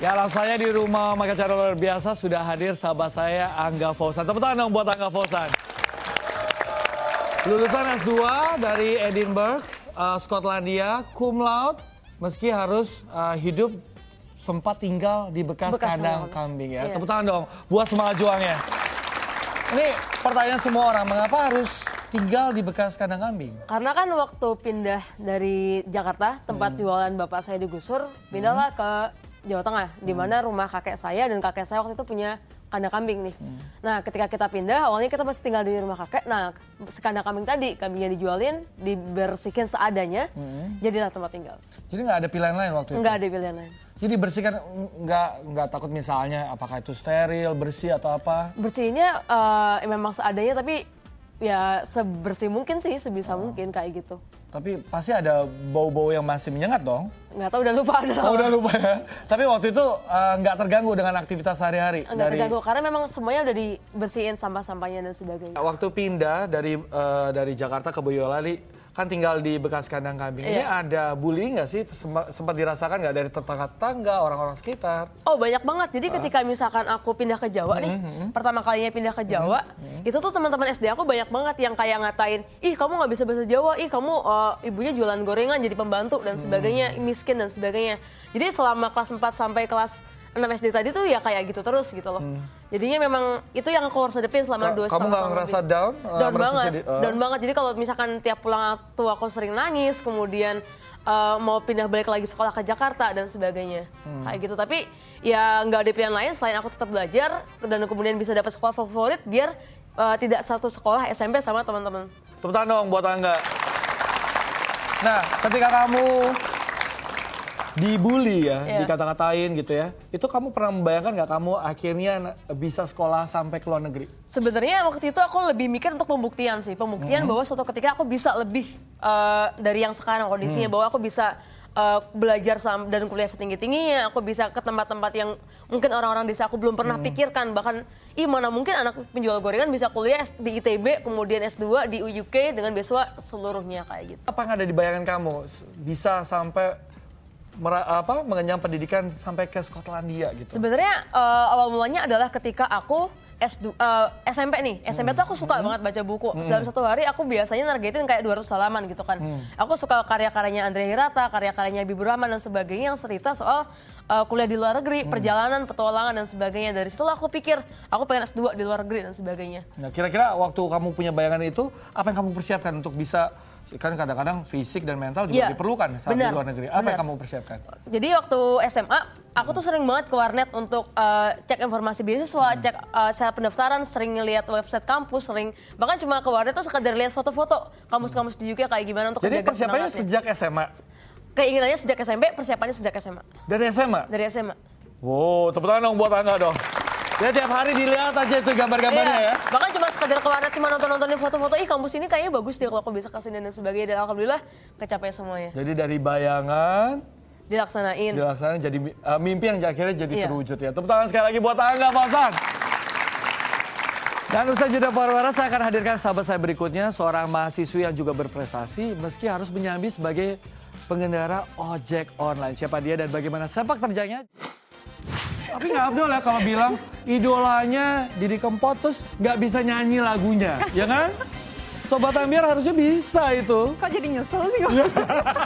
Ya, langsung saja di rumah makan cara luar biasa sudah hadir sahabat saya Angga Fauzan. Tepuk tangan dong buat Angga Fauzan. Lulusan S2 dari Edinburgh, Skotlandia, cum laude, meski harus hidup sempat tinggal di bekas kandang kambing ya. Tepuk tangan dong buat semangat juangnya. Ini pertanyaan semua orang, mengapa harus tinggal di bekas kandang kambing? Karena kan waktu pindah dari Jakarta, tempat jualan bapak saya digusur, pindahlah ke Jawa Tengah, di mana rumah kakek saya dan kakek saya waktu itu punya kandang kambing nih. Nah, ketika kita pindah, awalnya kita masih tinggal di rumah kakek. Nah, kandang kambing tadi, kambingnya dijualin, dibersihin seadanya, jadilah tempat tinggal. Jadi nggak ada pilihan lain waktu itu? Nggak ada pilihan lain. Jadi bersihkan, nggak takut misalnya apakah itu steril, bersih atau apa? Bersihinnya memang seadanya, tapi ya sebersih mungkin sih, sebisa mungkin kayak gitu. Tapi pasti ada bau-bau yang masih menyengat dong? Nggak tahu, udah lupa. Udah lupa ya? Tapi waktu itu nggak terganggu dengan aktivitas sehari-hari? Nggak terganggu, karena memang semuanya udah dibersihin sampah-sampahnya dan sebagainya. Waktu pindah dari Jakarta ke Boyolali, kan tinggal di bekas kandang kambing. Ini ada bullying nggak sih? Sempat dirasakan nggak dari tetangga, orang-orang sekitar? Oh, banyak banget. Jadi ketika misalkan aku pindah ke Jawa nih, pertama kalinya pindah ke Jawa, itu tuh teman-teman SD aku banyak banget yang kayak ngatain, ih kamu nggak bisa bahasa Jawa, ih kamu ibunya jualan gorengan jadi pembantu dan sebagainya, miskin dan sebagainya. Jadi selama kelas 4 sampai kelas 6 SD tadi tuh ya kayak gitu terus gitu loh. Jadinya memang itu yang aku harus hadapin selama 2,5 tahun. Kamu nggak ngerasa down? Down banget, down banget. Jadi kalau misalkan tiap pulang tuh aku sering nangis, kemudian mau pindah balik lagi sekolah ke Jakarta dan sebagainya. Kayak gitu, tapi ya nggak ada pilihan lain selain aku tetap belajar dan kemudian bisa dapat sekolah favorit biar tidak satu sekolah SMP sama teman-teman. Tepuk tangan dong buat Angga. Nah, ketika kamu dibully ya, dikata-katain gitu ya, itu kamu pernah membayangkan nggak kamu akhirnya bisa sekolah sampai ke luar negeri? Sebenarnya waktu itu aku lebih mikir untuk pembuktian sih, bahwa suatu ketika aku bisa lebih dari yang sekarang kondisinya, bahwa aku bisa belajar dan kuliah setinggi-tingginya, aku bisa ke tempat-tempat yang mungkin orang-orang desa aku belum pernah pikirkan, bahkan mana mungkin anak penjual gorengan bisa kuliah di ITB, kemudian S2 di UK dengan beasiswa seluruhnya kayak gitu. Apa yang ada di bayangan kamu bisa sampai mengenyam pendidikan sampai ke Skotlandia gitu? Sebenarnya awal mulanya adalah ketika aku SMP nih. SMP tuh aku suka banget baca buku. Dalam satu hari aku biasanya nargetin kayak 200 halaman gitu kan. Aku suka karya-karyanya Andrea Hirata, karya-karyanya Habibur Rahman dan sebagainya yang cerita soal kuliah di luar negeri, perjalanan, petualangan dan sebagainya. Dari situlah aku pikir aku pengen S2 di luar negeri dan sebagainya. Nah, kira-kira waktu kamu punya bayangan itu, apa yang kamu persiapkan untuk bisa, kan kadang-kadang fisik dan mental juga diperlukan saat di luar negeri. Apa yang kamu persiapkan? Jadi waktu SMA, aku tuh sering banget ke warnet untuk cek informasi beasiswa, cek syarat pendaftaran, sering ngeliat website kampus, bahkan cuma ke warnet tuh sekedar lihat foto-foto kampus-kampus di UK kayak gimana untuk jadi persiapannya sejak SMA? Keinginannya sejak SMP, persiapannya sejak SMA. Dari SMA? Dari SMA. Wow, tepuk tangan dong buat Angga dong. Ya tiap hari dilihat aja itu gambar-gambarnya ya. Bahkan cuma sekedar ke warnet, cuma nonton-nontonin foto-foto, kampus ini kayaknya bagus deh kalau aku bisa kesini dan sebagainya. Dan alhamdulillah kecapai semuanya. Jadi dari bayangan dilaksanain jadi mimpi yang akhirnya jadi terwujud ya. Tepuk tangan sekali lagi buat Angga Fauzan. Dan usai jeda pariwara, saya akan hadirkan sahabat saya berikutnya, seorang mahasiswi yang juga berprestasi meski harus menyambi sebagai pengendara ojek online. Siapa dia dan bagaimana sepak terjangnya? Tapi nggak Abdul ya kalau bilang idolanya Didi Kempot terus nggak bisa nyanyi lagunya, ya kan? Sobat Ambiar harusnya bisa itu. Kok jadi nyesel sih?